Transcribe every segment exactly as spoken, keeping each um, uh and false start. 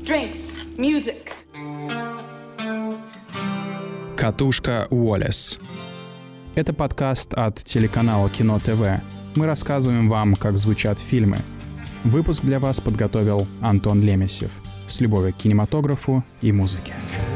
drinks, music. Катушка Уоллес. Это подкаст от телеканала Кино ТВ. Мы рассказываем вам, как звучат фильмы. Выпуск для вас подготовил Антон Лемесев. С любовью к кинематографу и музыке.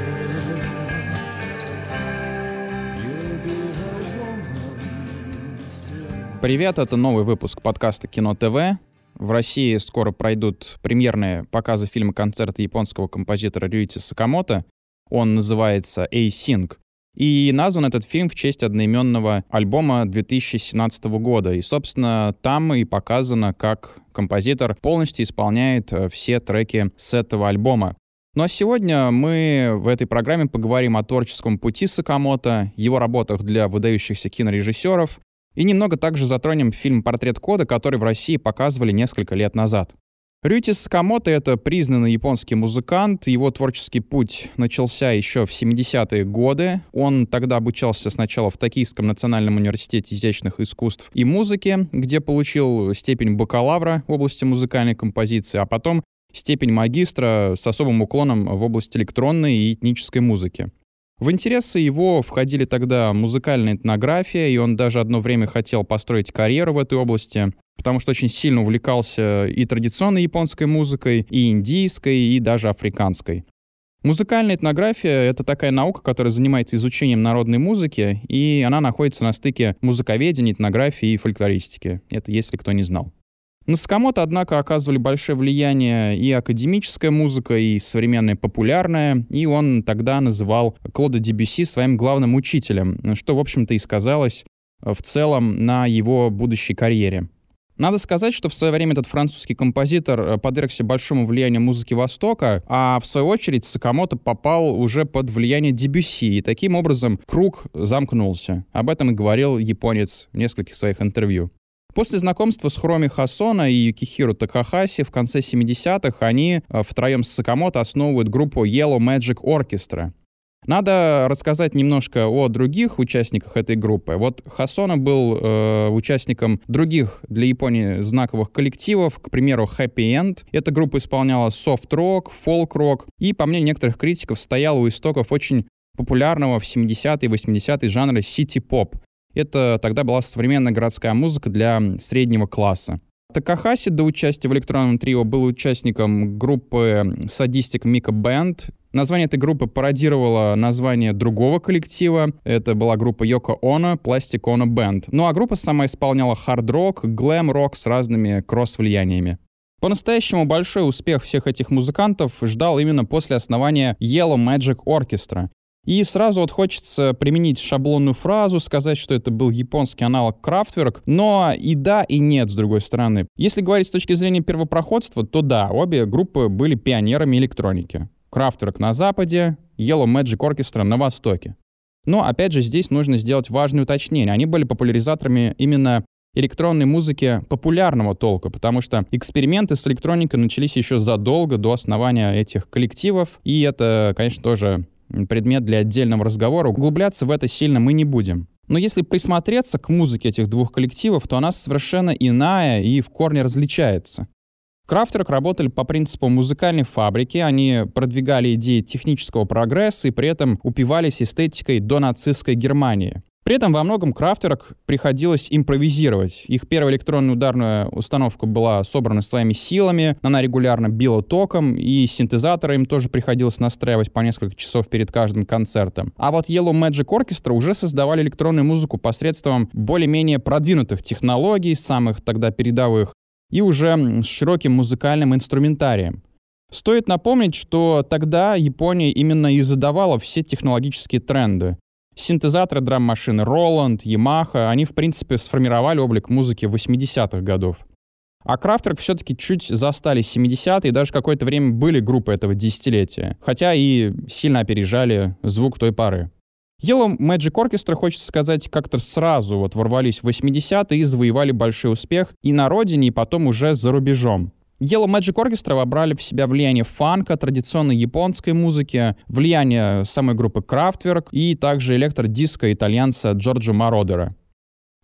Привет, это новый выпуск подкаста Кино ТВ. В России скоро пройдут премьерные показы фильма-концерта японского композитора Рюити Сакамото. Он называется «A-Sing». И назван этот фильм в честь одноименного альбома две тысячи семнадцатого года. И, собственно, там и показано, как композитор полностью исполняет все треки с этого альбома. Ну а сегодня мы в этой программе поговорим о творческом пути Сакамото, его работах для выдающихся кинорежиссеров, и немного также затронем фильм «Портрет Кода», который в России показывали несколько лет назад. Рюити Сакамото — это признанный японский музыкант. Его творческий путь начался еще в семидесятые годы. Он тогда обучался сначала в Токийском национальном университете изящных искусств и музыки, где получил степень бакалавра в области музыкальной композиции, а потом степень магистра с особым уклоном в области электронной и этнической музыки. В интересы его входили тогда музыкальная этнография, и он даже одно время хотел построить карьеру в этой области, потому что очень сильно увлекался и традиционной японской музыкой, и индийской, и даже африканской. Музыкальная этнография — это такая наука, которая занимается изучением народной музыки, и она находится на стыке музыковедения, этнографии и фольклористики. Это если кто не знал. На Сакамото, однако, оказывали большое влияние и академическая музыка, и современная популярная, и он тогда называл Клода Дебюсси своим главным учителем, что, в общем-то, и сказалось в целом на его будущей карьере. Надо сказать, что в свое время этот французский композитор подвергся большому влиянию музыки Востока, а в свою очередь Сакамото попал уже под влияние Дебюсси, и таким образом круг замкнулся. Об этом и говорил японец в нескольких своих интервью. После знакомства с Хироми Хасона и Юкихиро Такахаси в конце семидесятых они втроем с Сакамото основывают группу Yellow Magic Orchestra. Надо рассказать немножко о других участниках этой группы. Вот Хасона был э, участником других для Японии знаковых коллективов, к примеру, Happy End. Эта группа исполняла софт-рок, фолк-рок и, по мнению некоторых критиков, стояла у истоков очень популярного в семидесятые и восьмидесятые жанра сити-поп. Это тогда была современная городская музыка для среднего класса. Такахаси до участия в электронном трио был участником группы Sadistic Mika Band. Название этой группы пародировало название другого коллектива. Это была группа Yoko Ono, Plastic Ono Band. Ну а группа сама исполняла хард-рок, глэм-рок с разными кросс-влияниями. По-настоящему большой успех всех этих музыкантов ждал именно после основания Yellow Magic Orchestra. И сразу вот хочется применить шаблонную фразу, сказать, что это был японский аналог Kraftwerk, но и да, и нет, с другой стороны. Если говорить с точки зрения первопроходства, то да, обе группы были пионерами электроники. Kraftwerk на западе, Yellow Magic Orchestra на востоке. Но, опять же, здесь нужно сделать важное уточнение. Они были популяризаторами именно электронной музыки популярного толка, потому что эксперименты с электроникой начались еще задолго до основания этих коллективов, и это, конечно, тоже предмет для отдельного разговора. Углубляться в это сильно мы не будем. Но если присмотреться к музыке этих двух коллективов, то она совершенно иная и в корне различается. Kraftwerk работали по принципу музыкальной фабрики, они продвигали идеи технического прогресса и при этом упивались эстетикой донацистской Германии. При этом во многом Kraftwerk приходилось импровизировать. Их первая электронная ударная установка была собрана своими силами, она регулярно била током, и синтезаторы им тоже приходилось настраивать по несколько часов перед каждым концертом. А вот Yellow Magic Orchestra уже создавали электронную музыку посредством более-менее продвинутых технологий, самых тогда передовых, и уже с широким музыкальным инструментарием. Стоит напомнить, что тогда Япония именно и задавала все технологические тренды. Синтезаторы, драм-машины Roland, Yamaha, они, в принципе, сформировали облик музыки восьмидесятых годов. А Kraftwerk все-таки чуть застали семидесятые, и даже какое-то время были группы этого десятилетия, хотя и сильно опережали звук той поры. Yellow Magic Orchestra, хочется сказать, как-то сразу вот ворвались в восьмидесятые и завоевали большой успех и на родине, и потом уже за рубежом. Yellow Magic Orchestra вобрали в себя влияние фанка, традиционной японской музыки, влияние самой группы Kraftwerk и также электродиско итальянца Джорджо Мородера.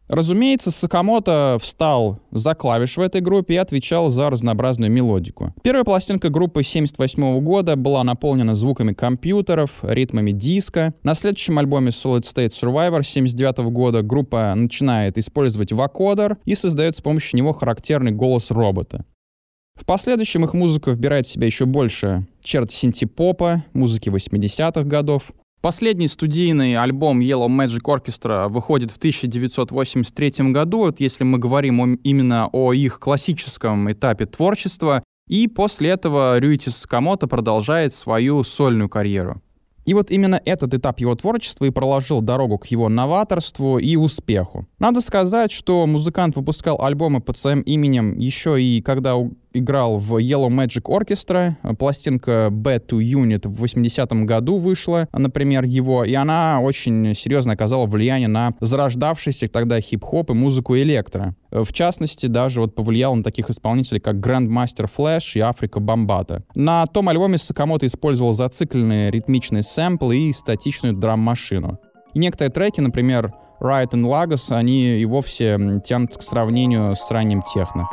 Разумеется, Сакамото встал за клавиш в этой группе и отвечал за разнообразную мелодику. Первая пластинка группы семьдесят восьмого года была наполнена звуками компьютеров, ритмами диска. На следующем альбоме Solid State Survivor семьдесят девятого года группа начинает использовать вокодер и создает с помощью него характерный голос робота. В последующем их музыка вбирает в себя еще больше черт синти-попа, музыки восьмидесятых годов. Последний студийный альбом Yellow Magic Orchestra выходит в тысяча девятьсот восемьдесят третьем году, вот если мы говорим о, именно о их классическом этапе творчества, и после этого Рюити Сакамото продолжает свою сольную карьеру. И вот именно этот этап его творчества и проложил дорогу к его новаторству и успеху. Надо сказать, что музыкант выпускал альбомы под своим именем еще и когда играл в Yellow Magic Orchestra. Пластинка Bad to Unit в восьмидесятом году вышла, например, его, и она очень серьезно оказала влияние на зарождавшийся тогда хип-хоп и музыку электро. В частности, даже вот повлиял на таких исполнителей, как Grandmaster Flash и Afrika Bambaataa. На том альбоме Сакамото использовал зацикленные ритмичные сэмплы и статичную драм-машину. И некоторые треки, например, Riot in Lagos, они и вовсе тянут к сравнению с ранним техно.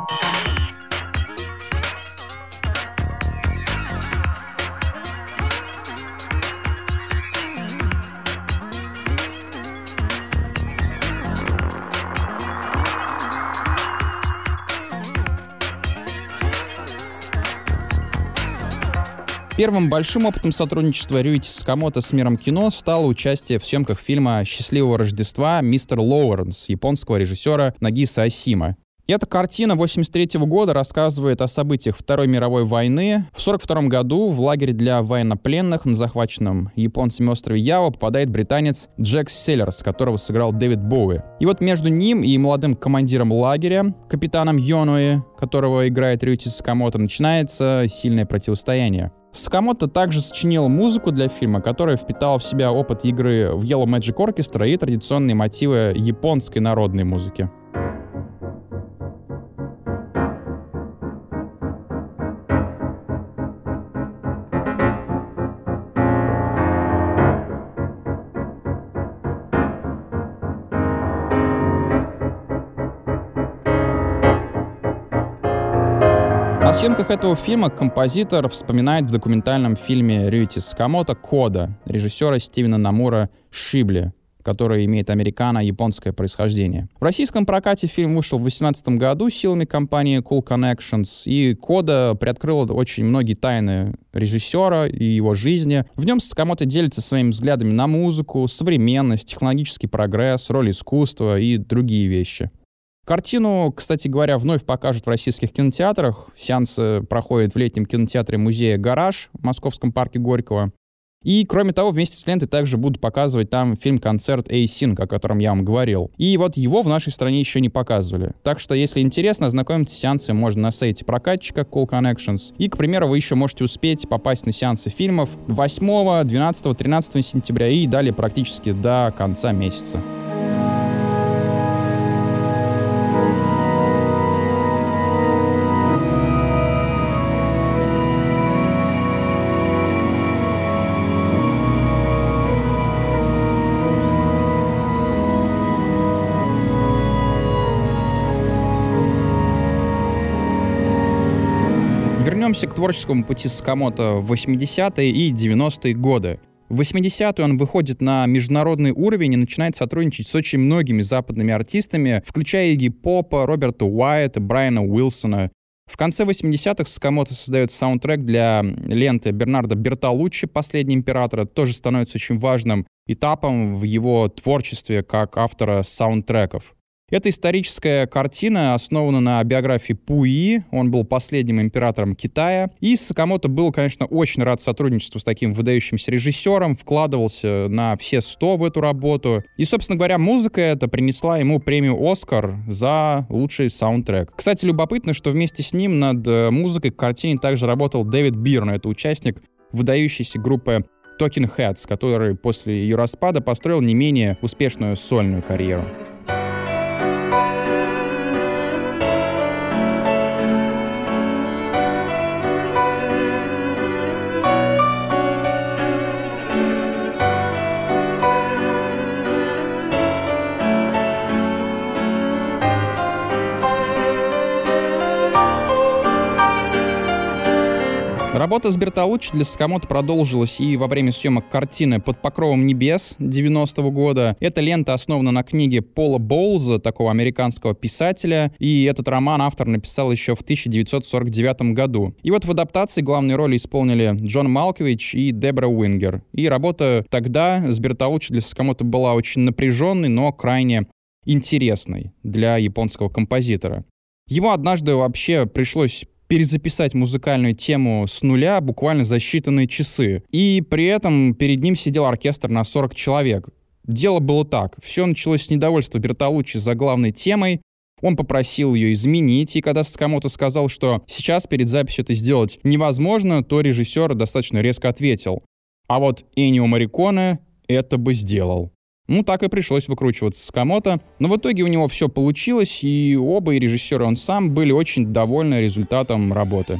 Первым большим опытом сотрудничества Рюити Сакамото с миром кино стало участие в съемках фильма «Счастливого Рождества» «Мистер Лоуренс» японского режиссера Нагиса Осима. Эта картина восемьдесят третьего года рассказывает о событиях Второй мировой войны. В сорок втором году в лагере для военнопленных на захваченном японцами острове Ява попадает британец Джек Селлерс, которого сыграл Дэвид Боуи. И вот между ним и молодым командиром лагеря, капитаном Йонуи, которого играет Рюити Сакамото, начинается сильное противостояние. Сакамото также сочинил музыку для фильма, которая впитала в себя опыт игры в Yellow Magic Orchestra и традиционные мотивы японской народной музыки. О съемках этого фильма композитор вспоминает в документальном фильме Рюити Сакамото «Кода» режиссера Стивена Намура Шибли, который имеет американо-японское происхождение. В российском прокате фильм вышел в две тысячи восемнадцатом году силами компании Cool Connections, и «Кода» приоткрыла очень многие тайны режиссера и его жизни. В нем Сакамото делится своими взглядами на музыку, современность, технологический прогресс, роль искусства и другие вещи. Картину, кстати говоря, вновь покажут в российских кинотеатрах. Сеансы проходят в летнем кинотеатре музея «Гараж» в Московском парке Горького. И, кроме того, вместе с лентой также будут показывать там фильм-концерт «A-Sync», о котором я вам говорил. И вот его в нашей стране еще не показывали. Так что, если интересно, ознакомиться с сеансами можно на сайте прокатчика Cool Connections. И, к примеру, вы еще можете успеть попасть на сеансы фильмов восьмого, двенадцатого, тринадцатого сентября и далее практически до конца месяца. Вернемся к творческому пути Сакамото в восьмидесятые и девяностые годы. В восьмидесятые он выходит на международный уровень и начинает сотрудничать с очень многими западными артистами, включая Игги Попа, Роберта Уайта, Брайана Уилсона. В конце восьмидесятых Сакамото создает саундтрек для ленты Бернардо Бертолуччи «Последний император». Это тоже становится очень важным этапом в его творчестве как автора саундтреков. Эта историческая картина основана на биографии Пуи, он был последним императором Китая, и Сакамото был, конечно, очень рад сотрудничеству с таким выдающимся режиссером, вкладывался на все сто в эту работу, и, собственно говоря, музыка эта принесла ему премию «Оскар» за лучший саундтрек. Кстати, любопытно, что вместе с ним над музыкой к картине также работал Дэвид Бирн, это участник выдающейся группы Talking Heads, который после ее распада построил не менее успешную сольную карьеру. Работа с Бертолуччи для Сакамото продолжилась и во время съемок картины «Под покровом небес» девяностого года. Эта лента основана на книге Пола Боулза, такого американского писателя, и этот роман автор написал еще в тысяча девятьсот сорок девятом году. И вот в адаптации главные роли исполнили Джон Малкович и Дебра Уингер. И работа тогда с Бертолуччи для Сакамото была очень напряженной, но крайне интересной для японского композитора. Ему однажды вообще пришлось перезаписать музыкальную тему с нуля буквально за считанные часы. И при этом перед ним сидел оркестр на сорок человек. Дело было так. Все началось с недовольства Бертолуччи за главной темой. Он попросил ее изменить, и когда Сакамото сказал, что сейчас перед записью это сделать невозможно, то режиссер достаточно резко ответил: а вот Эннио Морриконе это бы сделал. Ну, так и пришлось выкручиваться Сакамото, но в итоге у него все получилось, и оба, и режиссер, и он сам, были очень довольны результатом работы.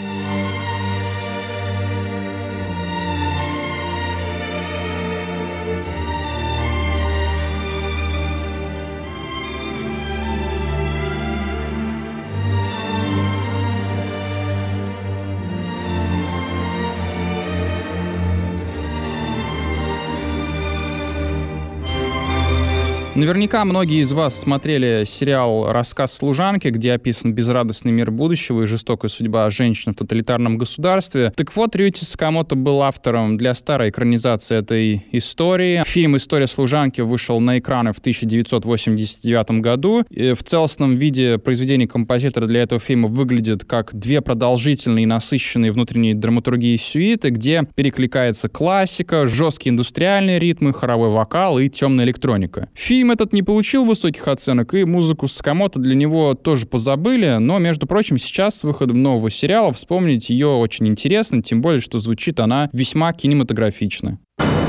Наверняка многие из вас смотрели сериал «Рассказ служанки», где описан безрадостный мир будущего и жестокая судьба женщин в тоталитарном государстве. Так вот, Рюити Сакамото был автором для старой экранизации этой истории. Фильм «История служанки» вышел на экраны в тысяча девятьсот восемьдесят девятом году. И в целостном виде произведение композитора для этого фильма выглядит как две продолжительные и насыщенные внутренней драматургией сюиты, где перекликается классика, жесткие индустриальные ритмы, хоровой вокал и темная электроника. Фильм этот не получил высоких оценок, и музыку Сакамото для него тоже позабыли, но, между прочим, сейчас с выходом нового сериала вспомнить ее очень интересно, тем более, что звучит она весьма кинематографично.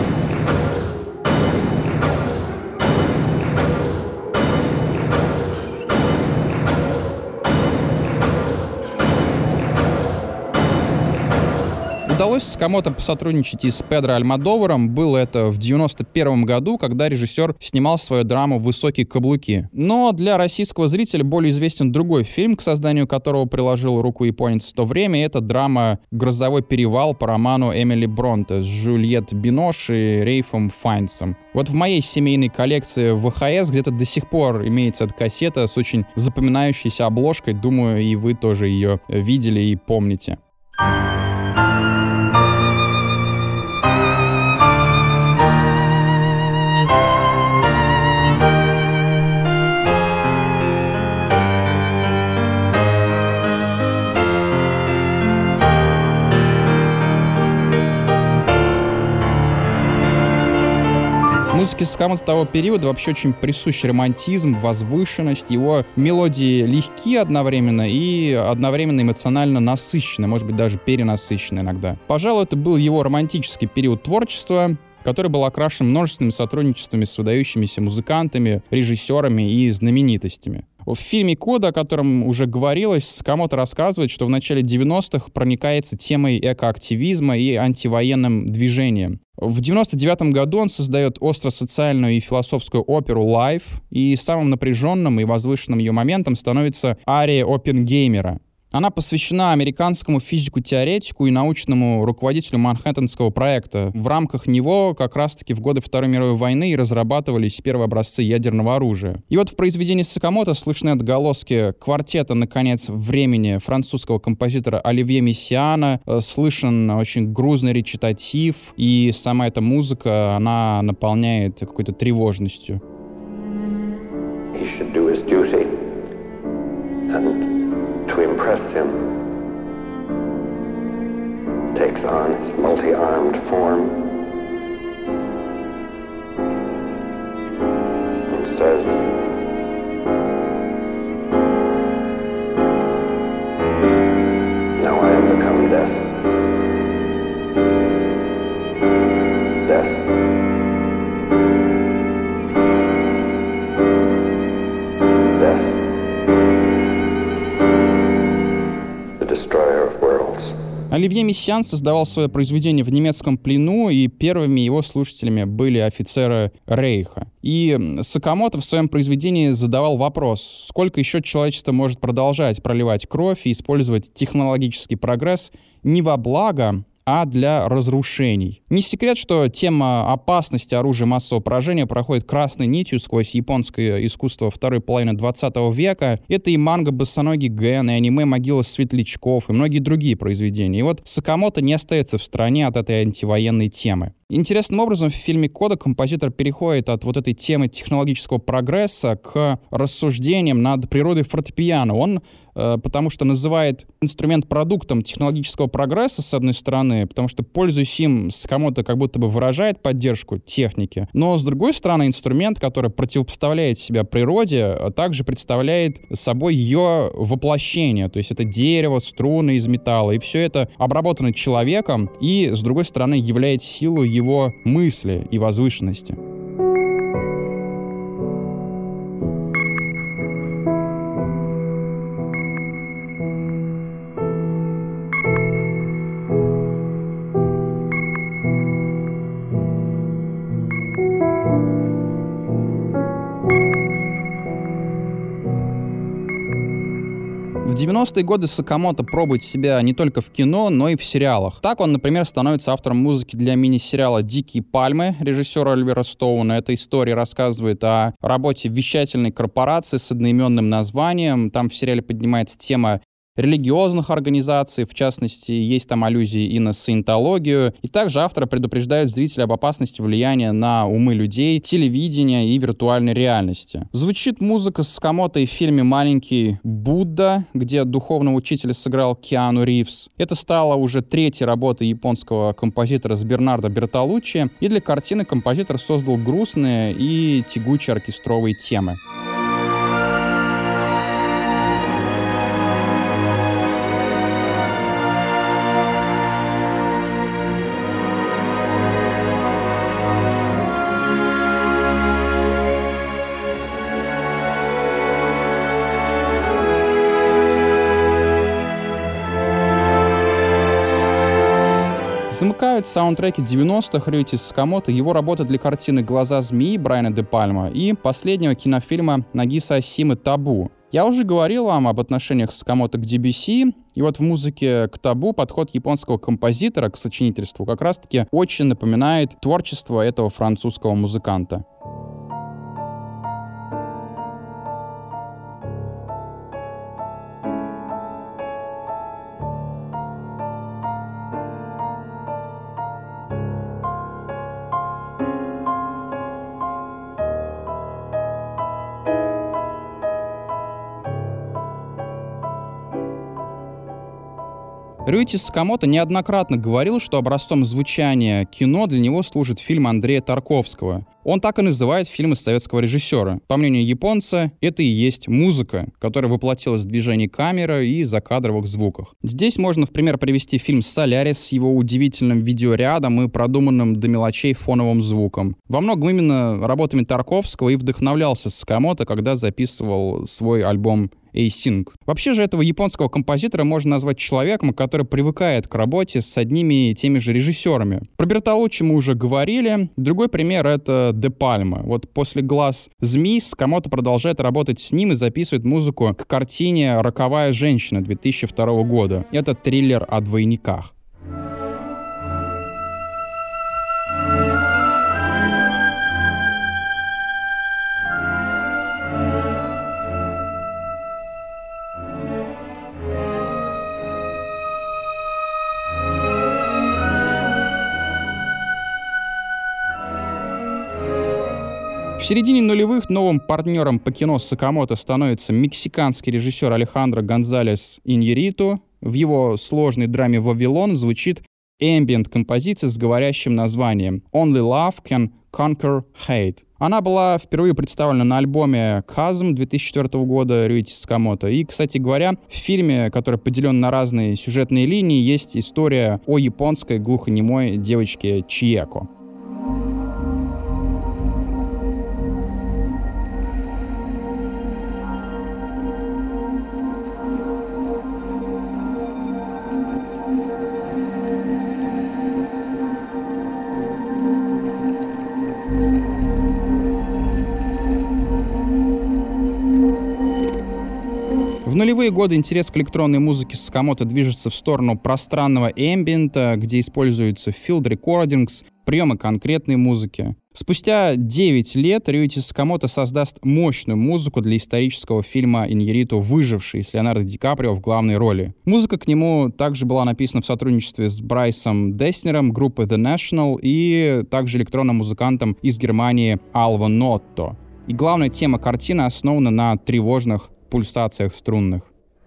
Удалось Сакамото посотрудничать и с Педро Альмодоваром. Было это в девяносто первом году, когда режиссер снимал свою драму «Высокие каблуки». Но для российского зрителя более известен другой фильм, к созданию которого приложил руку японец в то время. Это драма «Грозовой перевал» по роману Эмили Бронте с Жюльетт Бинош и Рейфом Файнсом. Вот в моей семейной коллекции вэ ха эс где-то до сих пор имеется эта кассета с очень запоминающейся обложкой. Думаю, и вы тоже ее видели и помните. Музыке Сакамото того периода вообще очень присущ романтизм, возвышенность. Его мелодии легки одновременно и одновременно эмоционально насыщены, может быть, даже перенасыщены иногда. Пожалуй, это был его романтический период творчества, который был окрашен множественными сотрудничествами с выдающимися музыкантами, режиссерами и знаменитостями. В фильме «Кода», о котором уже говорилось, Сакамото рассказывает, что в начале девяностых проникается темой экоактивизма и антивоенным движением. В девяносто девятом году он создает остро-социальную и философскую оперу «Life», и самым напряженным и возвышенным ее моментом становится ария Оппенгеймера. Она посвящена американскому физику-теоретику и научному руководителю Манхэттенского проекта. В рамках него как раз-таки в годы Второй мировой войны и разрабатывались первые образцы ядерного оружия. И вот в произведении Сакамото слышны отголоски квартета «Наконец времени» французского композитора Оливье Мессиана, слышен очень грузный речитатив, и сама эта музыка, она наполняет какой-то тревожностью. To impress him, takes on his multi-armed form and says, now I have become death. Death. Оливье Мессиан создавал свое произведение в немецком плену, и первыми его слушателями были офицеры Рейха. И Сакамото в своем произведении задавал вопрос, сколько еще человечество может продолжать проливать кровь и использовать технологический прогресс не во благо, а для разрушений. Не секрет, что тема опасности оружия массового поражения проходит красной нитью сквозь японское искусство второй половины двадцатого века. Это и манга «Босоногий Гэн», и аниме «Могила светлячков», и многие другие произведения. И вот Сакамото не остается в стороне от этой антивоенной темы. Интересным образом в фильме «Кода» композитор переходит от вот этой темы технологического прогресса к рассуждениям над природой фортепиано. Он э, потому что называет инструмент продуктом технологического прогресса, с одной стороны, потому что, пользуясь им, Сакамото как будто бы выражает поддержку техники, но, с другой стороны, инструмент, который противопоставляет себя природе, также представляет собой ее воплощение, то есть это дерево, струны из металла, и все это обработано человеком, и, с другой стороны, являет силу его мысли и возвышенности. В девяностые годы Сакамото пробует себя не только в кино, но и в сериалах. Так он, например, становится автором музыки для мини-сериала «Дикие пальмы» режиссера Оливера Стоуна. Эта история рассказывает о работе вещательной корпорации с одноименным названием. Там в сериале поднимается тема религиозных организаций, в частности, есть там аллюзии и на саентологию. И также авторы предупреждают зрителя об опасности влияния на умы людей, телевидения и виртуальной реальности. Звучит музыка Сакамото и в фильме «Маленький Будда», где духовного учителя сыграл Киану Ривз. Это стало уже третьей работой японского композитора с Бернардо Бертолуччи, и для картины композитор создал грустные и тягучие оркестровые темы. Замыкают саундтреки девяностых Рюити Сакамото его работа для картины «Глаза змеи» Брайана де Пальма и последнего кинофильма Нагиса Осимы «Табу». Я уже говорил вам об отношениях Сакамото к ди би си, и вот в музыке к «Табу» подход японского композитора к сочинительству как раз-таки очень напоминает творчество этого французского музыканта. Рюити Сакамото неоднократно говорил, что образцом звучания кино для него служит фильм Андрея Тарковского. Он так и называет фильмы советского режиссера. По мнению японца, это и есть музыка, которая воплотилась в движении камеры и закадровых звуках. Здесь можно в пример привести фильм «Солярис» с его удивительным видеорядом и продуманным до мелочей фоновым звуком. Во многом именно работами Тарковского и вдохновлялся Сакамото, когда записывал свой альбом A-Sync. Вообще же этого японского композитора можно назвать человеком, который привыкает к работе с одними и теми же режиссерами. Про Бертолуччи мы уже говорили. Другой пример — это Де Пальма. Вот после «Глаз змей» Сакамото продолжает работать с ним и записывает музыку к картине «Роковая женщина» две тысячи второго года. Это триллер о двойниках. В середине нулевых новым партнером по кино Сакамото становится мексиканский режиссер Алехандро Гонзалес Иньярриту. В его сложной драме «Вавилон» звучит эмбиент-композиция с говорящим названием «Only Love Can Conquer Hate». Она была впервые представлена на альбоме «Chasm» две тысячи четвёртого года Рюити Сакамото. И, кстати говоря, в фильме, который поделен на разные сюжетные линии, есть история о японской глухонемой девочке Чиеко. нулевые годы интерес к электронной музыке Сакамото движется в сторону пространного эмбиента, где используются field recordings, приемы конкретной музыки. Спустя девять лет Рюити Сакамото создаст мощную музыку для исторического фильма «Иньярриту. Выживший» с Леонардо Ди Каприо в главной роли. Музыка к нему также была написана в сотрудничестве с Брайсом Деснером группы The National и также электронным музыкантом из Германии Алво Нотто. И главная тема картины основана на тревожных пульсациях струнных.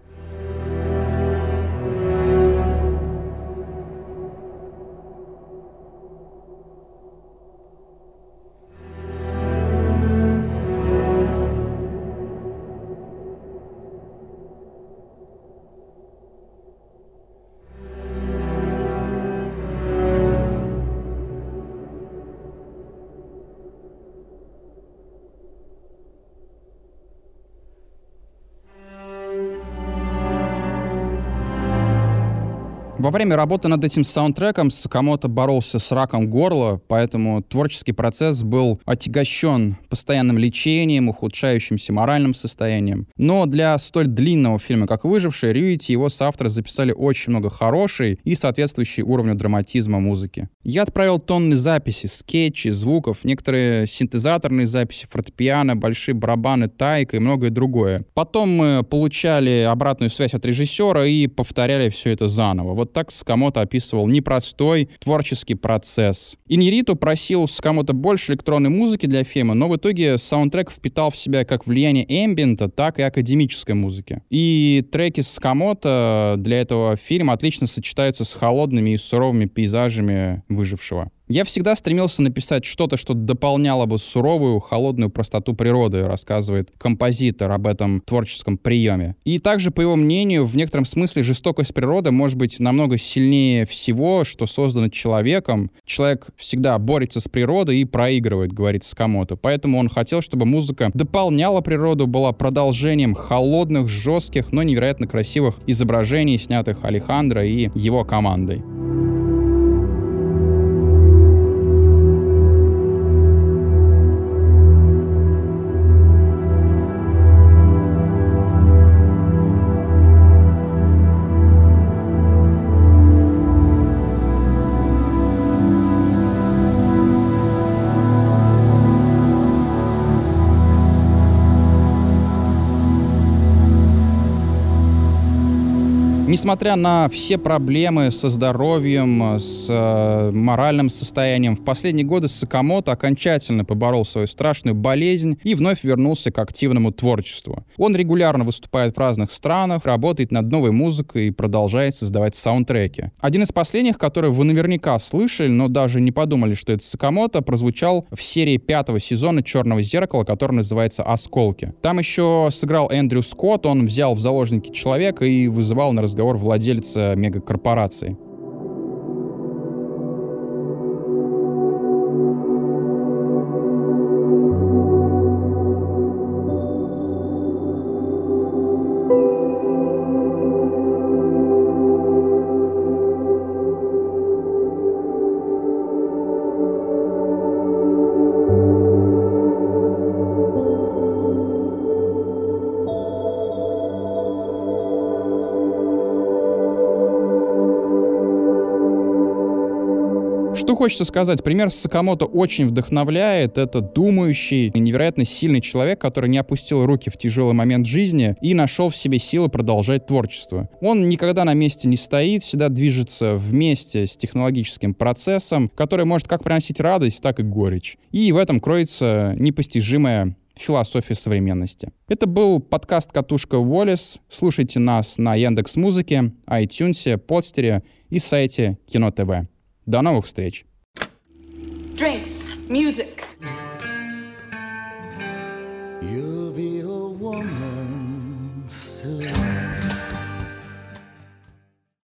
Во время работы над этим саундтреком Сакамото боролся с раком горла, поэтому творческий процесс был отягощен постоянным лечением, ухудшающимся моральным состоянием. Но для столь длинного фильма, как «Выживший», Рюити и его соавторы записали очень много хорошей и соответствующей уровню драматизма музыки. Я отправил тонны записей, скетчей, звуков, некоторые синтезаторные записи, фортепиано, большие барабаны, тайка и многое другое. Потом мы получали обратную связь от режиссера и повторяли все это заново. Вот так Сакамото описывал непростой творческий процесс. Иньярриту просил у Сакамото больше электронной музыки для фильма, но в итоге саундтрек впитал в себя как влияние эмбиента, так и академической музыки. И треки Сакамото для этого фильма отлично сочетаются с холодными и суровыми пейзажами «Выжившего». Я всегда стремился написать что-то, что дополняло бы суровую, холодную простоту природы, рассказывает композитор об этом творческом приеме. И также, по его мнению, в некотором смысле жестокость природы может быть намного сильнее всего, что создано человеком. Человек всегда борется с природой и проигрывает, говорит Сакамото. Поэтому он хотел, чтобы музыка дополняла природу, была продолжением холодных, жестких, но невероятно красивых изображений, снятых Алехандро и его командой. Несмотря на все проблемы со здоровьем, с э, моральным состоянием, в последние годы Сакамото окончательно поборол свою страшную болезнь и вновь вернулся к активному творчеству. Он регулярно выступает в разных странах, работает над новой музыкой и продолжает создавать саундтреки. Один из последних, который вы наверняка слышали, но даже не подумали, что это Сакамото, прозвучал в серии пятого сезона «Черного зеркала», который называется «Осколки». Там еще сыграл Эндрю Скотт, он взял в заложники человека и вызывал на разговор владельца мегакорпорации. Что хочется сказать, пример Сакамото очень вдохновляет. Это думающий, невероятно сильный человек, который не опустил руки в тяжелый момент жизни и нашел в себе силы продолжать творчество. Он никогда на месте не стоит, всегда движется вместе с технологическим процессом, который может как приносить радость, так и горечь. И в этом кроется непостижимая философия современности. Это был подкаст «Катушка Уоллес». Слушайте нас на Яндекс.Музыке, iTunes, Подстере и сайте Кино ТВ. До новых встреч! Drinks, music. You'll be a woman soon.